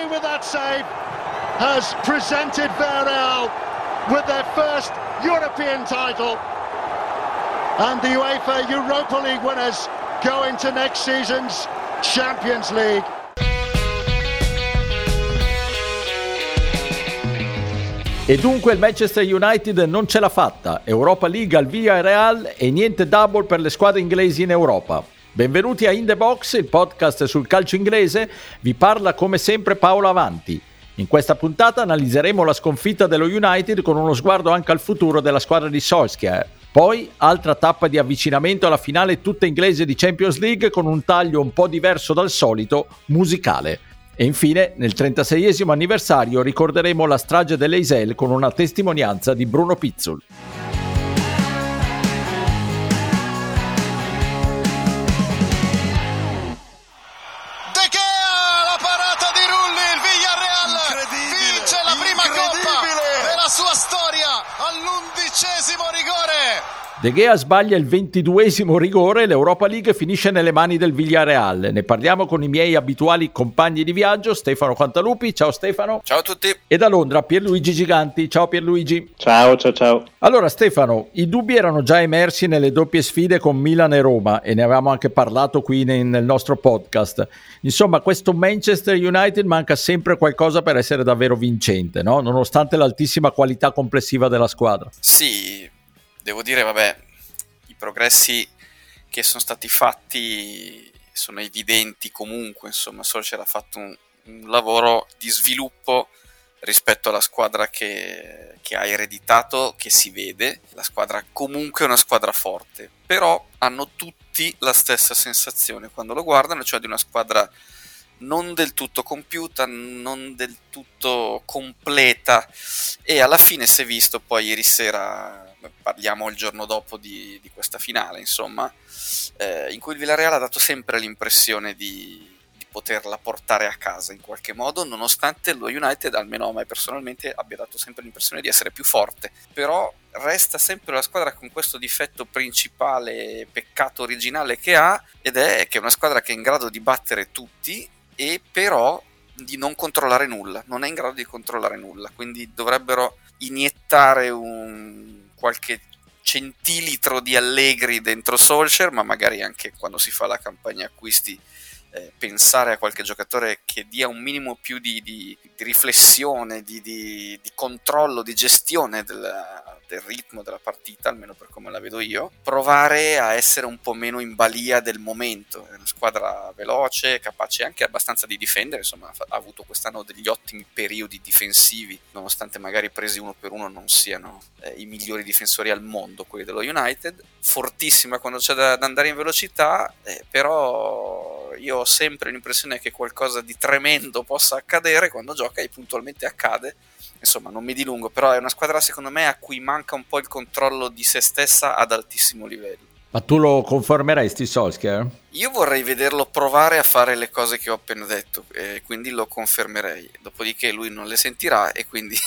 through with that save, has presented Villarreal with their first European title. And the UEFA Europa League winners go into next season's Champions League. E dunque il Manchester United non ce l'ha fatta. Europa League al Villarreal e niente double per le squadre inglesi in Europa. Benvenuti a In The Box, il podcast sul calcio inglese. Vi parla come sempre Paolo Avanti. In questa puntata analizzeremo la sconfitta dello United con uno sguardo anche al futuro della squadra di Solskjaer. Poi, altra tappa di avvicinamento alla finale tutta inglese di Champions League con un taglio un po' diverso dal solito, musicale. E infine, nel 36esimo anniversario, ricorderemo la strage dell'Eisel con una testimonianza di Bruno Pizzul. De Gea, la parata di Rulli, il Villarreal vince la prima coppa della sua storia all'11° rigore. De Gea sbaglia il 22esimo rigore e l'Europa League finisce nelle mani del Villarreal. Ne parliamo con i miei abituali compagni di viaggio, Stefano Cantalupi. Ciao Stefano. Ciao a tutti. E da Londra Pierluigi Giganti. Ciao Pierluigi. Ciao. Allora Stefano, i dubbi erano già emersi nelle doppie sfide con Milan e Roma e ne avevamo anche parlato qui nel nostro podcast. Insomma, questo Manchester United manca sempre qualcosa per essere davvero vincente, no? Nonostante l'altissima qualità complessiva della squadra. Sì, devo dire, i progressi che sono stati fatti sono evidenti comunque, insomma, Solskjaer ha fatto un lavoro di sviluppo rispetto alla squadra che ha ereditato, che si vede. La squadra comunque è una squadra forte, però hanno tutti la stessa sensazione quando lo guardano, cioè di una squadra non del tutto compiuta, non del tutto completa, e alla fine si è visto poi ieri sera, parliamo il giorno dopo di questa finale, insomma, in cui il Villarreal ha dato sempre l'impressione di poterla portare a casa in qualche modo, nonostante lo United, almeno a me personalmente, abbia dato sempre l'impressione di essere più forte. Però resta sempre la squadra con questo difetto principale, peccato originale che ha, ed è che è una squadra che è in grado di battere tutti e però di non controllare nulla, non è in grado di controllare nulla, quindi dovrebbero iniettare qualche centilitro di Allegri dentro Solskjaer, ma magari anche quando si fa la campagna acquisti pensare a qualche giocatore che dia un minimo più di riflessione, di controllo, di gestione del ritmo della partita, almeno per come la vedo io, provare a essere un po' meno in balia del momento. È una squadra veloce, capace anche abbastanza di difendere, insomma ha avuto quest'anno degli ottimi periodi difensivi, nonostante magari presi uno per uno non siano i migliori difensori al mondo quelli dello United. Fortissima quando c'è da andare in velocità, però io ho sempre l'impressione che qualcosa di tremendo possa accadere quando gioca, e puntualmente accade. Insomma, non mi dilungo, però è una squadra secondo me a cui manca un po' il controllo di se stessa ad altissimo livello. Ma tu lo confermeresti Solskjaer? Io vorrei vederlo provare a fare le cose che ho appena detto, quindi lo confermerei. Dopodiché lui non le sentirà e quindi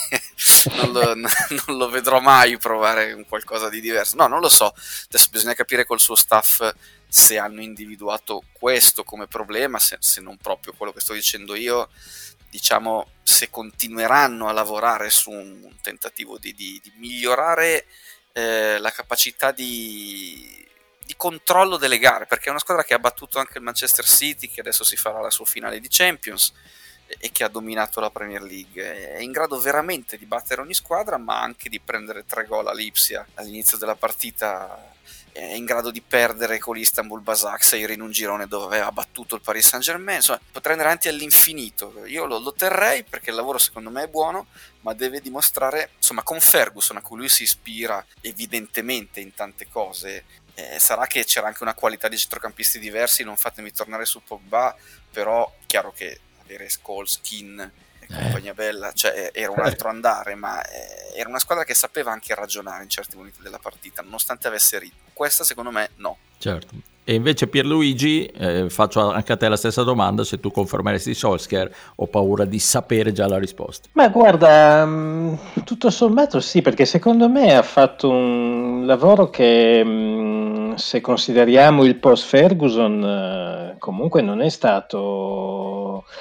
non lo vedrò mai provare un qualcosa di diverso. No, non lo so. Adesso bisogna capire col suo staff se hanno individuato questo come problema, se non proprio quello che sto dicendo io. Diciamo, se continueranno a lavorare su un tentativo di migliorare la capacità di controllo delle gare, perché è una squadra che ha battuto anche il Manchester City, che adesso si farà la sua finale di Champions e che ha dominato la Premier League. È in grado veramente di battere ogni squadra, ma anche di prendere 3 gol a Lipsia all'inizio della partita. È in grado di perdere con l'Istanbul Basaksehir in un girone dove aveva battuto il Paris Saint-Germain. Insomma, potrà andare avanti all'infinito. Io lo terrei perché il lavoro secondo me è buono, ma deve dimostrare, insomma, con Ferguson, a cui lui si ispira evidentemente in tante cose. Sarà che c'era anche una qualità di centrocampisti diversi, non fatemi tornare su Pogba, però chiaro che avere Scholes, Keane e compagnia bella, cioè era un altro andare, ma era una squadra che sapeva anche ragionare in certi momenti della partita, nonostante avesse ritmo. Questa secondo me no. Certo. E invece Pierluigi, faccio anche a te la stessa domanda, se tu confermeresti Solskjaer, ho paura di sapere già la risposta. Ma guarda, tutto sommato sì, perché secondo me ha fatto un lavoro che, se consideriamo il post Ferguson, comunque non è stato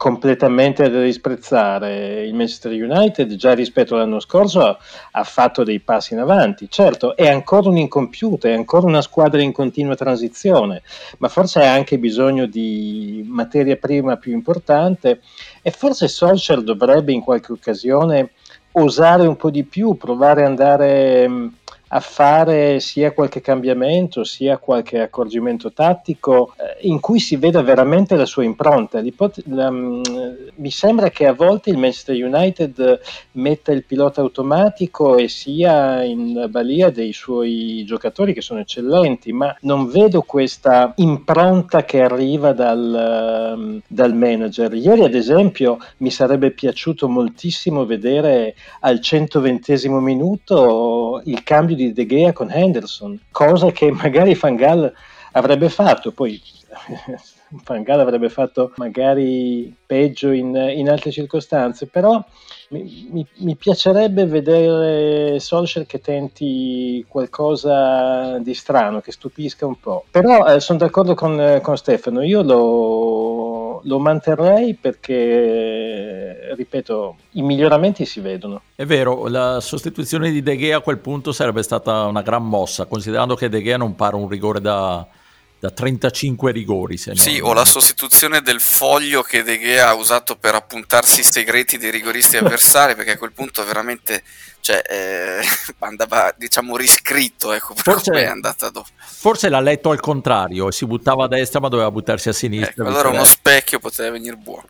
completamente da disprezzare. Il Manchester United già rispetto all'anno scorso ha fatto dei passi in avanti. Certo, è ancora un incompiuta, è ancora una squadra in continua transizione, ma forse ha anche bisogno di materia prima più importante, e forse Solskjaer dovrebbe in qualche occasione osare un po' di più, provare ad andare a fare sia qualche cambiamento sia qualche accorgimento tattico in cui si veda veramente la sua impronta. Mi sembra che a volte il Manchester United metta il pilota automatico e sia in balia dei suoi giocatori che sono eccellenti, ma non vedo questa impronta che arriva dal manager. Ieri ad esempio mi sarebbe piaciuto moltissimo vedere al 120° minuto il cambio di De Gea con Henderson, cosa che magari Van Gaal avrebbe fatto, poi Van Gaal avrebbe fatto magari peggio in altre circostanze, però mi piacerebbe vedere Solskjaer che tenti qualcosa di strano, che stupisca un po'. Però sono d'accordo con Stefano, io lo manterrei perché, ripeto, i miglioramenti si vedono. È vero, la sostituzione di De Gea a quel punto sarebbe stata una gran mossa, considerando che De Gea non para un rigore da 35 rigori. Sì, o la sostituzione del foglio che De Gea ha usato per appuntarsi i segreti dei rigoristi avversari, perché a quel punto veramente andava, diciamo, riscritto, ecco, forse è andata dopo. Forse l'ha letto al contrario, si buttava a destra ma doveva buttarsi a sinistra. Ecco, allora uno specchio poteva venire buono.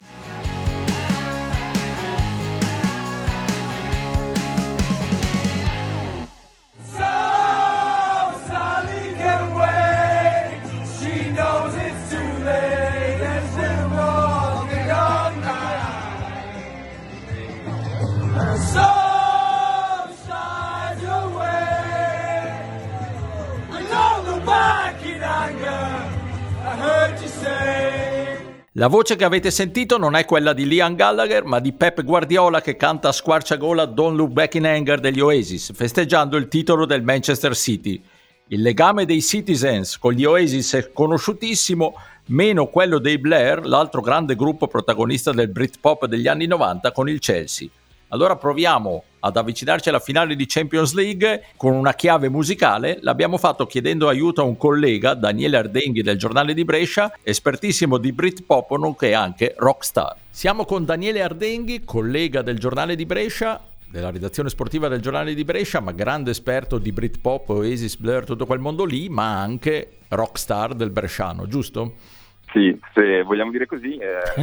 La voce che avete sentito non è quella di Liam Gallagher, ma di Pep Guardiola, che canta a squarciagola Don't Look Back in Anger degli Oasis, festeggiando il titolo del Manchester City. Il legame dei Citizens con gli Oasis è conosciutissimo, meno quello dei Blair, l'altro grande gruppo protagonista del Britpop degli anni 90 con il Chelsea. Allora proviamo ad avvicinarci alla finale di Champions League con una chiave musicale. L'abbiamo fatto chiedendo aiuto a un collega, Daniele Ardenghi del Giornale di Brescia, espertissimo di Britpop nonché anche rockstar. Siamo con Daniele Ardenghi, collega del Giornale di Brescia, della redazione sportiva del Giornale di Brescia, ma grande esperto di Britpop, Oasis, Blur, tutto quel mondo lì, ma anche rockstar del bresciano, giusto? Sì, se vogliamo dire così,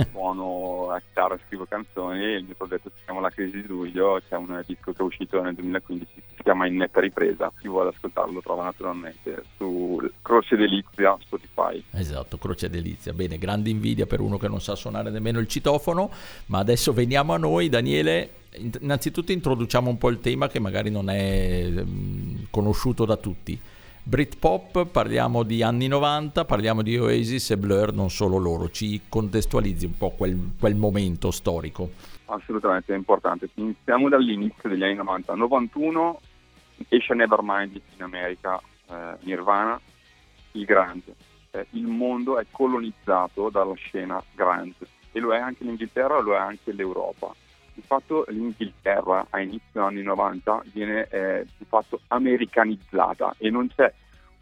suono a chitarra, scrivo canzoni. Il mio progetto si chiama La Crisi di Luglio, c'è un disco che è uscito nel 2015, si chiama In Netta Ripresa. Chi vuole ascoltarlo lo trova naturalmente su Croce Delizia, Spotify. Esatto, Croce Delizia. Bene, grande invidia per uno che non sa suonare nemmeno il citofono, ma adesso veniamo a noi, Daniele. Innanzitutto introduciamo un po' il tema che magari non è conosciuto da tutti. Britpop, parliamo di anni 90, parliamo di Oasis e Blur, non solo loro. Ci contestualizzi un po' quel momento storico? Assolutamente, è importante. Iniziamo dall'inizio degli anni 90. 91 esce Nevermind in America, Nirvana, il grunge. Il mondo è colonizzato dalla scena grunge e lo è anche l'Inghilterra, lo è anche l'Europa. Di fatto l'Inghilterra a inizio anni 90 viene di fatto americanizzata e non c'è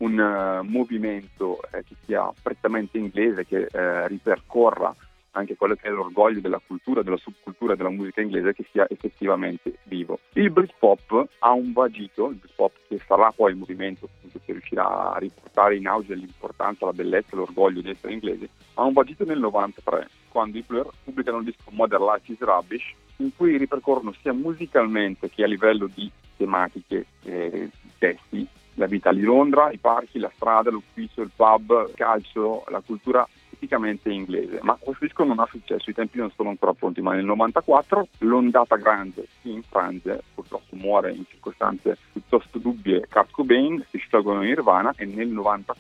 un movimento che sia prettamente inglese, che ripercorra anche quello che è l'orgoglio della cultura, della subcultura della musica inglese, che sia effettivamente vivo. Il Britpop ha un vagito, il Britpop che sarà poi il movimento che riuscirà a riportare in auge l'importanza, la bellezza e l'orgoglio di essere inglese, ha un vagito nel 93, quando i Blur pubblicano il disco Modern Life is Rubbish, in cui ripercorrono sia musicalmente che a livello di tematiche e testi la vita di Londra, i parchi, la strada, l'ufficio, il pub, il calcio, la cultura tipicamente inglese. Ma questo disco non ha successo, i tempi non sono ancora pronti, ma nel 94 l'ondata grande in Francia, purtroppo muore in circostanze piuttosto dubbie Kurt Cobain, si sciolgono in Nirvana e nel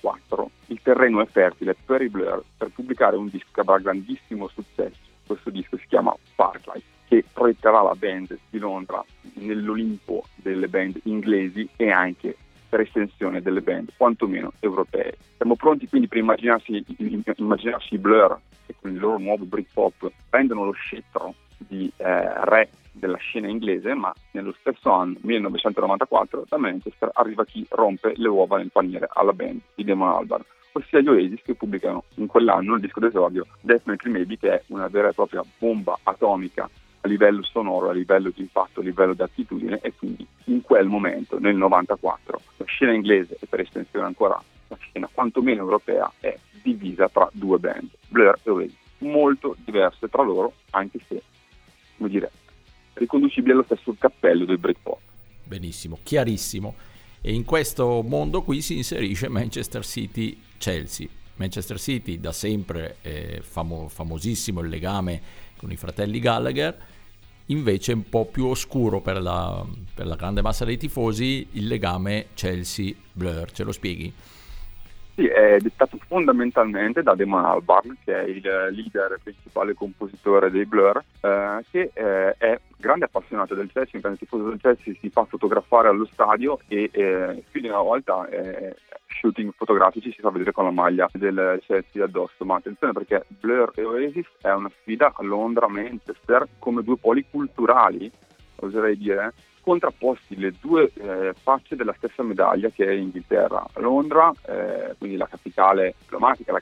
94 il terreno è fertile per i Blur per pubblicare un disco che avrà grandissimo successo. Questo disco si chiama Sparklight, che proietterà la band di Londra nell'Olimpo delle band inglesi e anche per estensione delle band quantomeno europee. Siamo pronti quindi per immaginarsi i Blur e con il loro nuovo Britpop prendono lo scettro di re della scena inglese, ma nello stesso anno, 1994, da Manchester arriva chi rompe le uova nel paniere alla band di Damon Albarn, ossia gli Oasis, che pubblicano in quell'anno il disco d'esordio Definitely Maybe, che è una vera e propria bomba atomica a livello sonoro, a livello di impatto, a livello di attitudine, e quindi in quel momento, nel 94, la scena inglese e per estensione ancora la scena quantomeno europea è divisa tra due band, Blur e Oasis, molto diverse tra loro, anche se, come dire, riconducibili allo stesso cappello del Britpop. Benissimo, chiarissimo. E in questo mondo qui si inserisce Manchester City-Chelsea. Manchester City da sempre è famosissimo il legame con i fratelli Gallagher, invece un po' più oscuro per la grande massa dei tifosi il legame Chelsea-Blur. Ce lo spieghi? Sì, è dettato fondamentalmente da Damon Albarn, che è il leader e principale compositore dei Blur, che è grande appassionato del Chelsea, un grande tifoso del Chelsea, si fa fotografare allo stadio e più di una volta shooting fotografici si fa vedere con la maglia del Chelsea addosso. Ma attenzione, perché Blur e Oasis è una sfida a Londra-Manchester come due poli culturali, oserei dire, contrapposti, le due facce della stessa medaglia, che è Inghilterra. Londra, quindi la capitale diplomatica,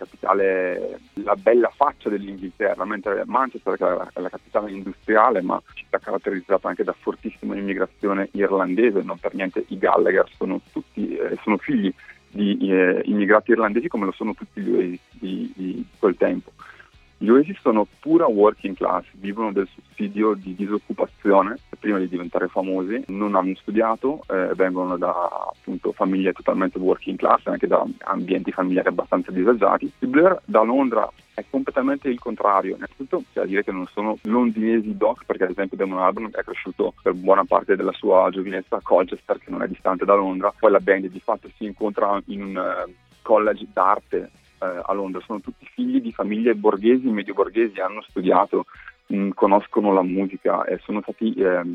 la bella faccia dell'Inghilterra, mentre Manchester, che è la capitale industriale, ma città caratterizzata anche da fortissima immigrazione irlandese. Non per niente i Gallagher sono figli di immigrati irlandesi, come lo sono tutti gli Oasis di quel tempo. Gli Oasis sono pura working class, vivono del sussidio di disoccupazione prima di diventare famosi, non hanno studiato, vengono da appunto famiglie totalmente working class, anche da ambienti familiari abbastanza disagiati. I Blur da Londra è completamente il contrario. Innanzitutto c'è da dire che non sono londinesi doc, perché ad esempio Damon Albarn è cresciuto per buona parte della sua giovinezza a Colchester, che non è distante da Londra. Poi la band di fatto si incontra in un college d'arte a Londra. Sono tutti figli di famiglie borghesi, medio borghesi, hanno studiato, conoscono la musica e sono stati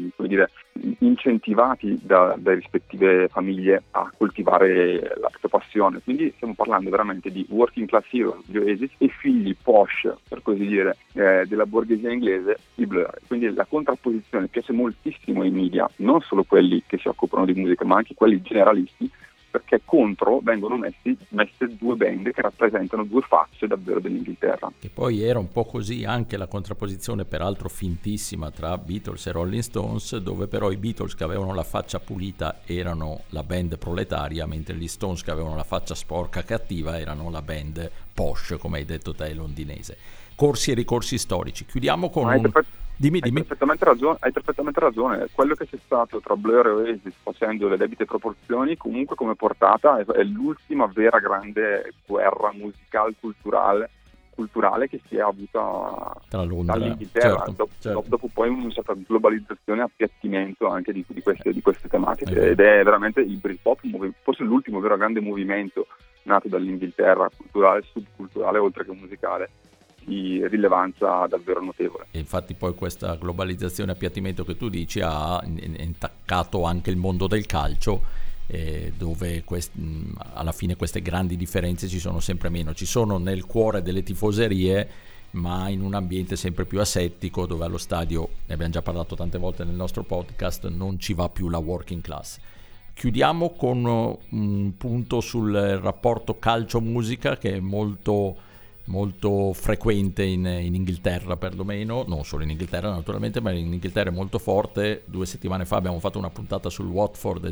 incentivati dalle rispettive famiglie a coltivare la propria passione. Quindi stiamo parlando veramente di working class heroes, gli Oasis, e figli posh, per così dire, della borghesia inglese, i Blur. Quindi la contrapposizione piace moltissimo ai media, non solo quelli che si occupano di musica, ma anche quelli generalisti, perché contro vengono messe due band che rappresentano due facce davvero dell'Inghilterra. E poi era un po' così anche la contrapposizione, peraltro fintissima, tra Beatles e Rolling Stones, dove però i Beatles, che avevano la faccia pulita, erano la band proletaria, mentre gli Stones, che avevano la faccia sporca e cattiva, erano la band posh, come hai detto te, londinese. Corsi e ricorsi storici. Chiudiamo con Dimmi. Hai perfettamente ragione. Quello che c'è stato tra Blur e Oasis, facendo le debite proporzioni, comunque come portata è l'ultima vera grande guerra musicale culturale che si è avuta tra Londra, dall'Inghilterra, certo. Dopo poi una certa globalizzazione e appiattimento anche di queste tematiche. Ed è veramente il Britpop, forse l'ultimo vero grande movimento nato dall'Inghilterra, culturale, subculturale, oltre che musicale, di rilevanza davvero notevole. E infatti poi questa globalizzazione e appiattimento che tu dici ha intaccato anche il mondo del calcio, dove alla fine queste grandi differenze ci sono sempre meno, ci sono nel cuore delle tifoserie, ma in un ambiente sempre più asettico, dove allo stadio, ne abbiamo già parlato tante volte nel nostro podcast, non ci va più la working class. Chiudiamo con un punto sul rapporto calcio-musica, che è molto frequente in Inghilterra, perlomeno, non solo in Inghilterra naturalmente, ma in Inghilterra è molto forte. 2 settimane fa abbiamo fatto una puntata sul Watford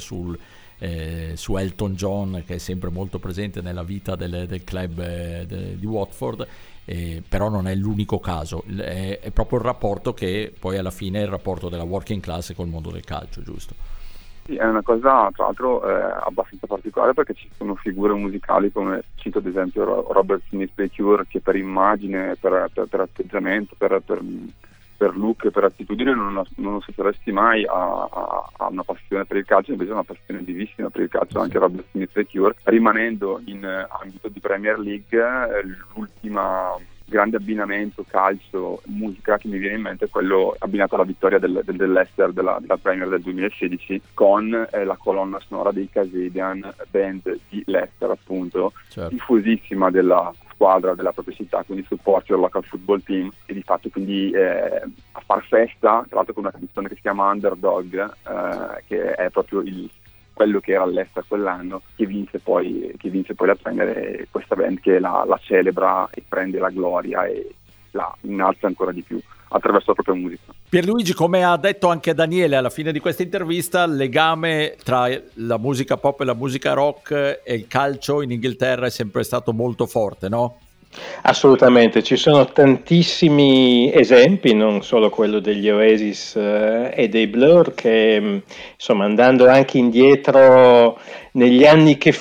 e su Elton John, che è sempre molto presente nella vita del club di Watford, però non è l'unico caso, è proprio il rapporto che poi alla fine è il rapporto della working class col mondo del calcio, giusto? Sì, è una cosa tra l'altro abbastanza particolare, perché ci sono figure musicali come, cito ad esempio Robert Smith dei Cure, che per immagine, per atteggiamento, per look, per attitudine non associeresti mai a una passione per il calcio, invece è una passione vivissima per il calcio anche Robert Smith dei Cure. Rimanendo in ambito di Premier League, l'ultima grande abbinamento calcio-musica che mi viene in mente è quello abbinato alla vittoria dell'Leicester della Premier del 2016, con la colonna sonora dei Casedian, band di Leicester appunto, certo, diffusissima della squadra della propria città, quindi support your local football team, e di fatto quindi a far festa, tra l'altro con una canzone che si chiama Underdog, che è proprio quello che era all'estero quell'anno, che vinse poi la Premier, questa band che la celebra e prende la gloria e la innalza ancora di più attraverso la propria musica. Pierluigi, come ha detto anche Daniele alla fine di questa intervista, il legame tra la musica pop e la musica rock e il calcio in Inghilterra è sempre stato molto forte, no? Assolutamente, ci sono tantissimi esempi, non solo quello degli Oasis e dei Blur, che insomma, andando anche indietro negli anni che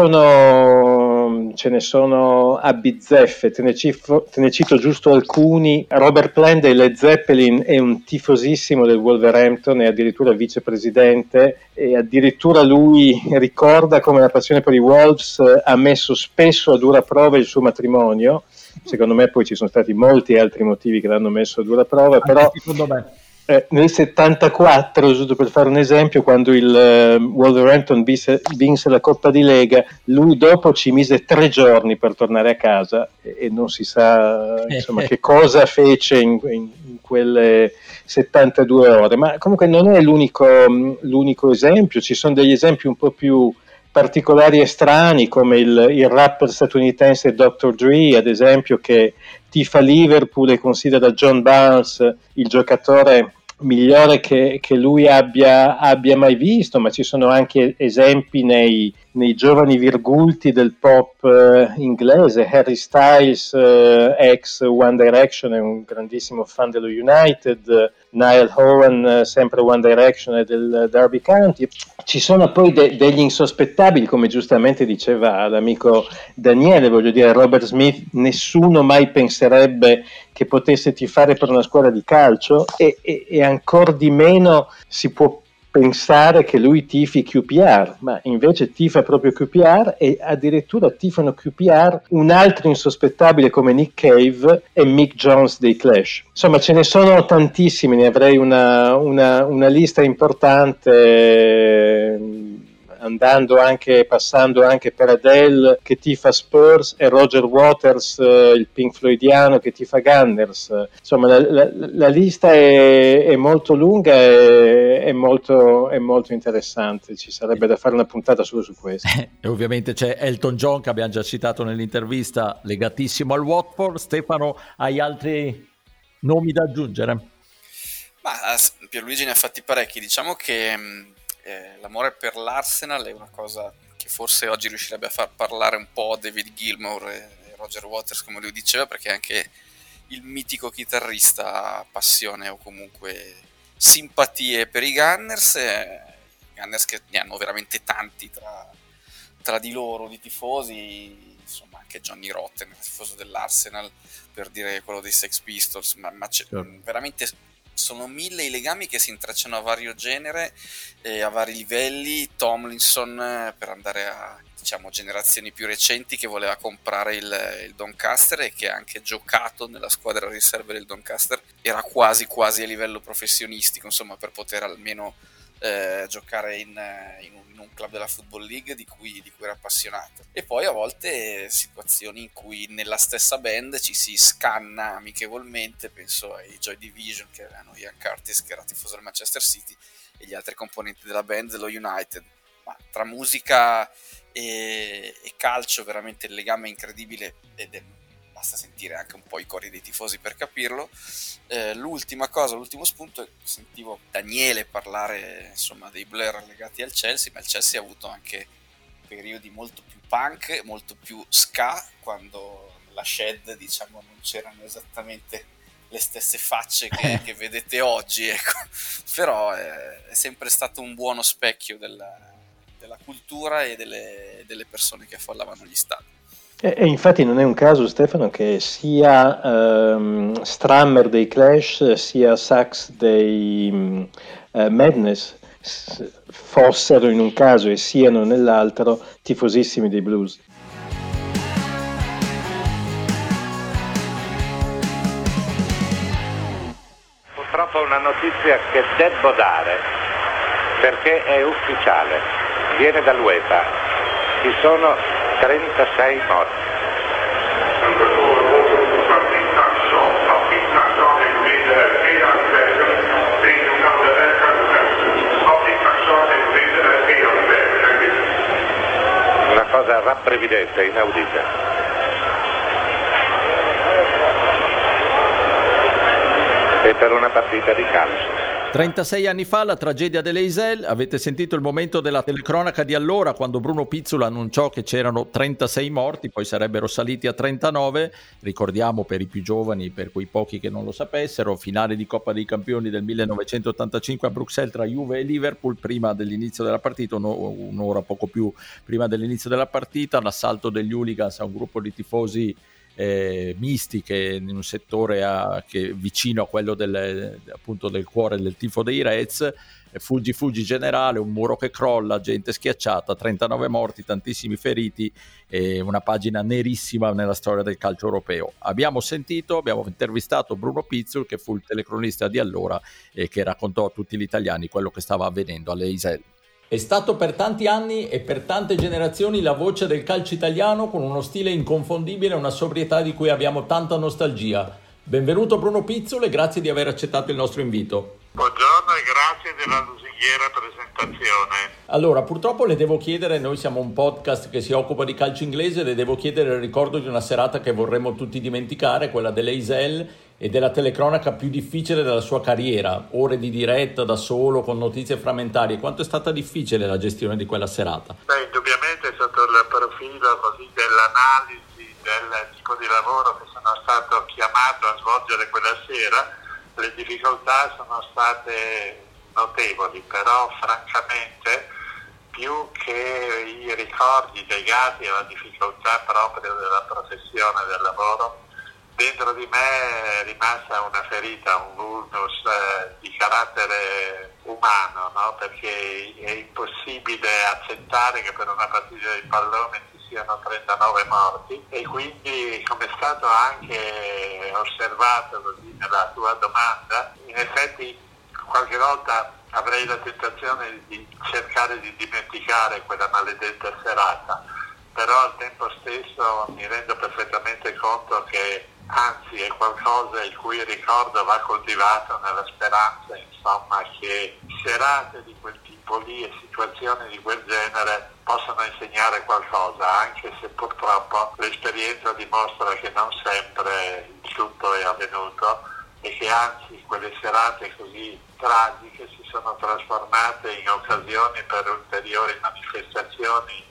furono, ce ne sono a bizzeffe, te ne cito giusto alcuni. Robert Plant dei Led Zeppelin è un tifosissimo del Wolverhampton, è addirittura vicepresidente, e addirittura lui ricorda come la passione per i Wolves ha messo spesso a dura prova il suo matrimonio. Secondo me poi ci sono stati molti altri motivi che l'hanno messo a dura prova, però nel 74, giusto per fare un esempio, quando il Wolverhampton vinse la Coppa di Lega, lui dopo ci mise 3 giorni per tornare a casa e non si sa insomma che cosa fece in quelle 72 ore, ma comunque non è l'unico esempio. Ci sono degli esempi un po' più particolari e strani, come il rapper statunitense Dr. Dre, ad esempio, che tifa Liverpool e considera John Barnes il giocatore migliore che lui abbia mai visto, ma ci sono anche esempi nei giovani virgulti del pop inglese. Harry Styles, ex One Direction, è un grandissimo fan dello United. Niall Horan, sempre One Direction, e del Derby County. Ci sono poi degli insospettabili, come giustamente diceva l'amico Daniele, voglio dire, Robert Smith, nessuno mai penserebbe che potesse tifare per una squadra di calcio, e ancor di meno si può pensare che lui tifi QPR, ma invece tifa proprio QPR, e addirittura tifano QPR un altro insospettabile come Nick Cave e Mick Jones dei Clash. Insomma, ce ne sono tantissimi, ne avrei una lista importante, passando anche per Adele che tifa Spurs e Roger Waters, il Pink Floydiano, che tifa Gunners. Insomma, la lista è molto lunga e molto interessante. Ci sarebbe da fare una puntata solo su questo. E ovviamente c'è Elton John, che abbiamo già citato nell'intervista, legatissimo al Watford. Stefano, hai altri nomi da aggiungere? Ma Pierluigi ne ha fatti parecchi. Diciamo che l'amore per l'Arsenal è una cosa che forse oggi riuscirebbe a far parlare un po' David Gilmour e Roger Waters, come lui diceva, perché anche il mitico chitarrista ha passione o comunque simpatie per i Gunners che ne hanno veramente tanti tra di loro, di tifosi, insomma anche Johnny Rotten, il tifoso dell'Arsenal, per dire quello dei Sex Pistols, ma c'è veramente... Sono 1000 i legami che si intrecciano a vario genere e a vari livelli. Tomlinson, per andare a generazioni più recenti, che voleva comprare il Doncaster e che ha anche giocato nella squadra riserve del Doncaster, era quasi a livello professionistico, insomma, per poter almeno giocare in un club della Football League di cui era appassionato. E poi a volte situazioni in cui nella stessa band ci si scanna amichevolmente, penso ai Joy Division, che erano Ian Curtis, che era tifoso del Manchester City, e gli altri componenti della band dello United. Ma tra musica e calcio veramente il legame è incredibile, basta sentire anche un po' i cori dei tifosi per capirlo. L'ultimo spunto, sentivo Daniele parlare insomma dei Blur legati al Chelsea, ma il Chelsea ha avuto anche periodi molto più punk, molto più ska, quando la Shed non c'erano esattamente le stesse facce che vedete oggi, ecco. Però è sempre stato un buono specchio della cultura e delle persone che affollavano gli stadi. E infatti non è un caso, Stefano, che sia Strammer dei Clash sia Sax dei Madness fossero in un caso e siano nell'altro tifosissimi dei Blues. Purtroppo una notizia che debbo dare, perché è ufficiale, viene dall'UEFA. Ci sono 36 morti. sempre evidente, inaudita. E per una partita di calcio. 36 anni fa la tragedia dell'Eisel, avete sentito il momento della telecronaca di allora quando Bruno Pizzula annunciò che c'erano 36 morti, poi sarebbero saliti a 39, ricordiamo per i più giovani, per quei pochi che non lo sapessero, finale di Coppa dei Campioni del 1985 a Bruxelles tra Juve e Liverpool, prima dell'inizio della partita, un'ora poco più prima dell'inizio della partita, l'assalto degli hooligans a un gruppo di tifosi misti che in un settore che vicino a quello appunto del cuore del tifo dei Reds, fuggi generale, un muro che crolla, gente schiacciata, 39 morti, tantissimi feriti, una pagina nerissima nella storia del calcio europeo. Abbiamo intervistato Bruno Pizzul, che fu il telecronista di allora e che raccontò a tutti gli italiani quello che stava avvenendo all'Eisel. È stato per tanti anni e per tante generazioni la voce del calcio italiano, con uno stile inconfondibile e una sobrietà di cui abbiamo tanta nostalgia. Benvenuto Bruno Pizzul e grazie di aver accettato il nostro invito. Buongiorno e grazie della lusinghiera presentazione. Allora, purtroppo le devo chiedere, noi siamo un podcast che si occupa di calcio inglese, le devo chiedere il ricordo di una serata che vorremmo tutti dimenticare, quella dell'Eisel e della telecronaca più difficile della sua carriera, ore di diretta da solo con notizie frammentarie. Quanto è stata difficile la gestione di quella serata? Beh, indubbiamente è stato il profilo così dell'analisi del tipo di lavoro che sono stato chiamato a svolgere quella sera. Le difficoltà sono state notevoli, però francamente più che i ricordi legati alla difficoltà proprio della professione, del lavoro, dentro di me è rimasta una ferita, un vulnus di carattere umano, no? Perché è impossibile accettare che per una partita di pallone ci siano 39 morti, e quindi, come è stato anche osservato così nella tua domanda, in effetti qualche volta avrei la tentazione di cercare di dimenticare quella maledetta serata, però al tempo stesso mi rendo perfettamente conto che anzi è qualcosa il cui ricordo va coltivato nella speranza, insomma, che serate di quel tipo lì e situazioni di quel genere possano insegnare qualcosa, anche se purtroppo l'esperienza dimostra che non sempre il tutto è avvenuto e che anzi quelle serate così tragiche si sono trasformate in occasioni per ulteriori manifestazioni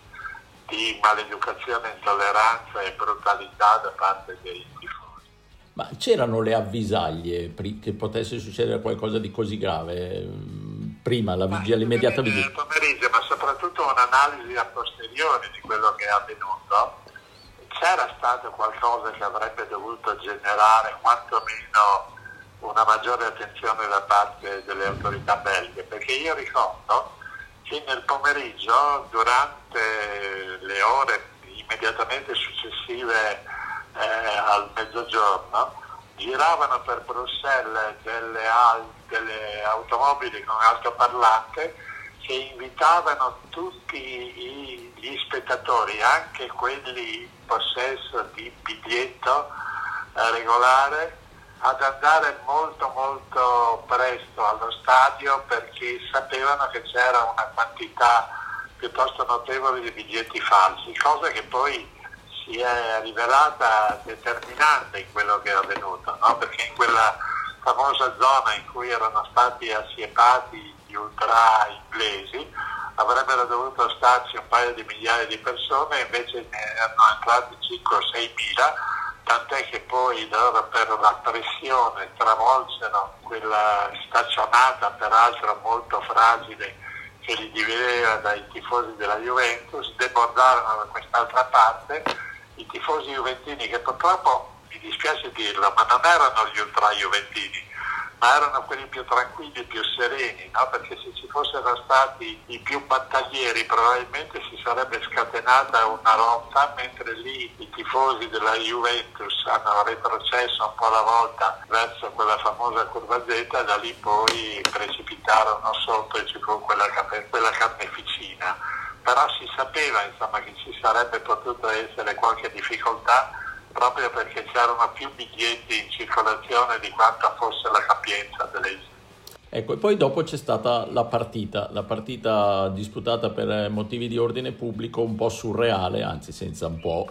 di maleducazione, intolleranza e brutalità da parte dei tifosi. Ma c'erano le avvisaglie che potesse succedere qualcosa di così grave prima, la immediata vigilia? Nel pomeriggio, ma soprattutto un'analisi a posteriori di quello che è avvenuto, c'era stato qualcosa che avrebbe dovuto generare quantomeno una maggiore attenzione da parte delle autorità belghe, perché io ricordo che nel pomeriggio, durante le ore immediatamente successive al mezzogiorno, giravano per Bruxelles delle automobili con altoparlante che invitavano tutti gli spettatori, anche quelli in possesso di biglietto regolare, ad andare molto molto presto allo stadio, perché sapevano che c'era una quantità piuttosto notevole di biglietti falsi, cosa che poi si è rivelata determinante in quello che è avvenuto, no? Perché in quella famosa zona in cui erano stati assiepati gli ultra inglesi avrebbero dovuto starci un paio di migliaia di persone, invece ne erano entrati 5 o 6 mila, tant'è che poi loro, per la pressione, travolsero quella staccionata peraltro molto fragile che li divideva dai tifosi della Juventus, debordarono da quest'altra parte. I tifosi juventini, che purtroppo, mi dispiace dirlo, ma non erano gli ultra juventini, ma erano quelli più tranquilli, più sereni, no? Perché se ci fossero stati i più battaglieri probabilmente si sarebbe scatenata una lotta, mentre lì i tifosi della Juventus hanno retrocesso un po' alla volta verso quella famosa curva Z, e da lì poi precipitarono sotto e ci fu quella carneficina. Però si sapeva, insomma, che ci sarebbe potuta essere qualche difficoltà proprio perché c'erano più biglietti in circolazione di quanto fosse la capienza delle isole. Ecco, e poi dopo c'è stata la partita disputata per motivi di ordine pubblico un po' surreale, anzi senza un po',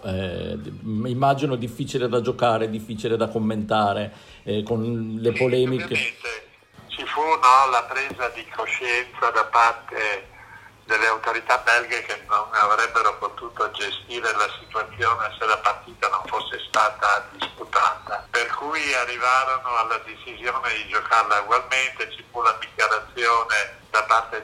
immagino difficile da giocare, difficile da commentare, con le polemiche. Ovviamente ci fu la presa di coscienza da parte delle autorità belghe che non avrebbero potuto gestire la situazione se la partita non fosse stata disputata, per cui arrivarono alla decisione di giocarla ugualmente. Ci fu la dichiarazione da parte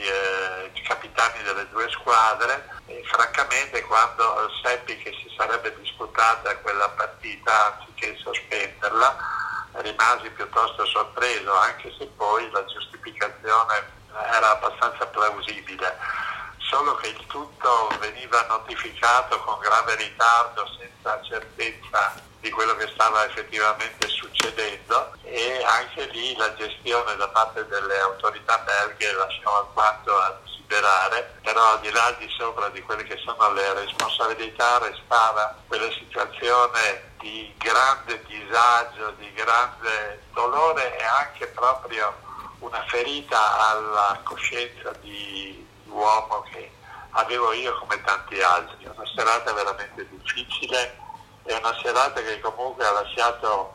dei capitani delle due squadre e francamente quando seppi che si sarebbe disputata quella partita anziché sospenderla rimasi piuttosto sorpreso, anche se poi la giustificazione era abbastanza plausibile, solo che il tutto veniva notificato con grave ritardo, senza certezza di quello che stava effettivamente succedendo, e anche lì la gestione da parte delle autorità belghe lasciava alquanto a desiderare, però al di là di sopra di quelle che sono le responsabilità restava quella situazione di grande disagio, di grande dolore e anche proprio una ferita alla coscienza di uomo che avevo io come tanti altri. Una serata veramente difficile e una serata che comunque ha lasciato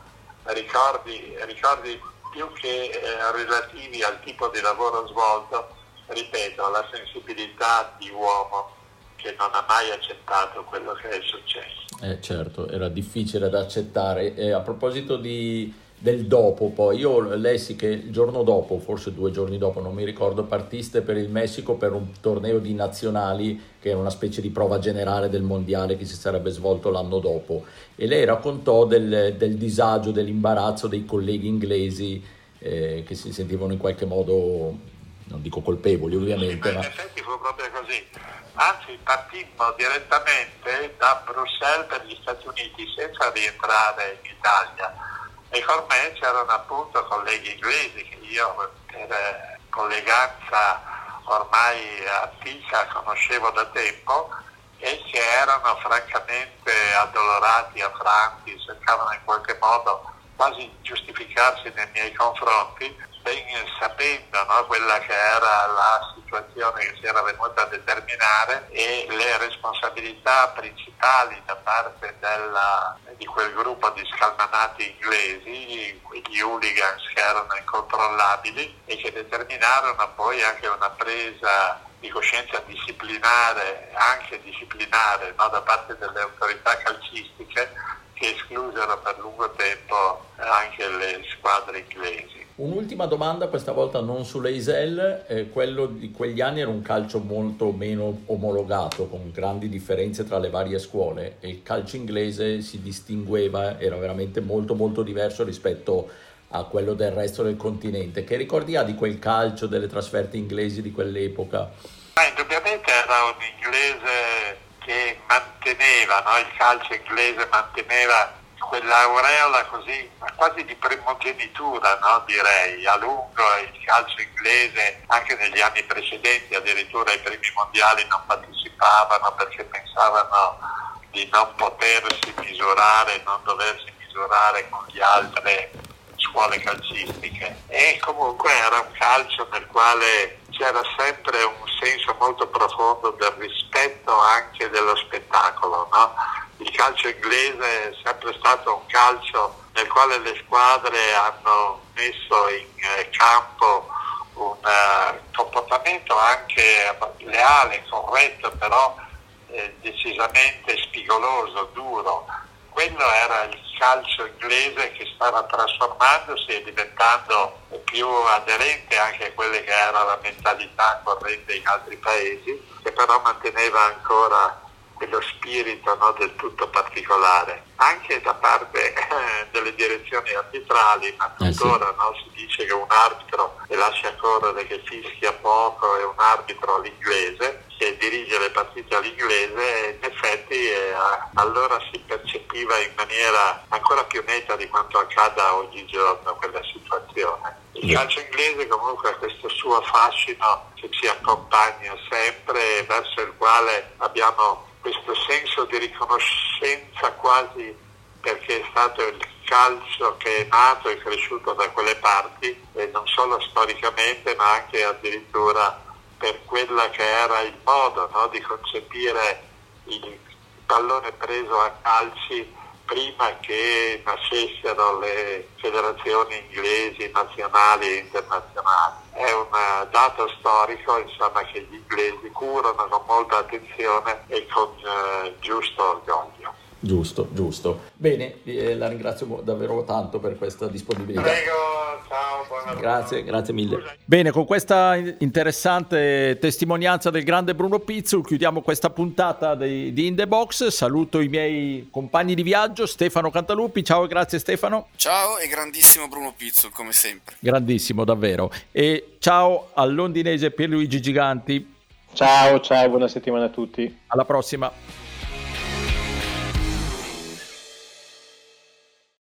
ricordi più che relativi al tipo di lavoro svolto, ripeto, alla sensibilità di uomo che non ha mai accettato quello che è successo. Certo, era difficile da accettare. A proposito del dopo, poi io lessi che il giorno dopo, forse 2 giorni dopo, non mi ricordo, partiste per il Messico per un torneo di nazionali che era una specie di prova generale del mondiale che si sarebbe svolto l'anno dopo, e lei raccontò del disagio, dell'imbarazzo dei colleghi inglesi che si sentivano in qualche modo, non dico colpevoli ovviamente, ma in effetti fu proprio così. Anzi, partimmo direttamente da Bruxelles per gli Stati Uniti senza rientrare in Italia. E con me c'erano appunto colleghi inglesi che io per colleganza ormai antica conoscevo da tempo e che erano francamente addolorati, affranti, cercavano in qualche modo quasi giustificarsi nei miei confronti, ben sapendo quella che era la situazione che si era venuta a determinare e le responsabilità principali da parte di quel gruppo di scalmanati inglesi, quegli hooligans che erano incontrollabili e che determinarono poi anche una presa di coscienza disciplinare da parte delle autorità calcistiche, che esclusero per lungo tempo anche le squadre inglesi. Un'ultima domanda, questa volta non sull'Eisel, quello di quegli anni era un calcio molto meno omologato, con grandi differenze tra le varie scuole, e il calcio inglese si distingueva, era veramente molto molto diverso rispetto a quello del resto del continente. Che ricordi ha di quel calcio, delle trasferte inglesi di quell'epoca? Indubbiamente era un inglese che manteneva, il calcio inglese manteneva quell'aureola così quasi di primogenitura, direi. A lungo il calcio inglese anche negli anni precedenti, addirittura ai primi mondiali, non partecipavano perché pensavano di non potersi misurare, non doversi misurare con le altre scuole calcistiche, e comunque era un calcio nel quale c'era sempre un senso molto profondo del rispetto anche dello spettacolo, Il calcio inglese è sempre stato un calcio nel quale le squadre hanno messo in campo un comportamento anche leale, corretto, però decisamente spigoloso, duro. Quello era il calcio inglese che stava trasformandosi e diventando più aderente anche a quelle che era la mentalità corrente in altri paesi, che però manteneva ancora quello spirito del tutto particolare, anche da parte delle direzioni arbitrali, ma tuttora si dice che un arbitro che lascia correre, che fischia poco, è un arbitro all'inglese, che dirige le partite all'inglese, e in effetti allora si percepiva in maniera ancora più netta di quanto accada oggigiorno quella situazione. Il calcio inglese comunque ha questo suo fascino che ci accompagna sempre, verso il quale abbiamo questo senso di riconoscenza quasi perché è stato il calcio che è nato e cresciuto da quelle parti, e non solo storicamente ma anche addirittura per quella che era il modo, no, di concepire il pallone preso a calci prima che nascessero le federazioni inglesi nazionali e internazionali. È un dato storico, insomma, che gli inglesi curano con molta attenzione e con giusto orgoglio. Giusto. Bene, la ringrazio davvero tanto per questa disponibilità. Prego, ciao, buona Grazie mille. Bene, con questa interessante testimonianza del grande Bruno Pizzul chiudiamo questa puntata di In The Box. Saluto i miei compagni di viaggio, Stefano Cantaluppi. Ciao e grazie Stefano. Ciao e grandissimo Bruno Pizzul, come sempre. Grandissimo, davvero. E ciao al londinese Pierluigi Giganti. Ciao, buona settimana a tutti. Alla prossima.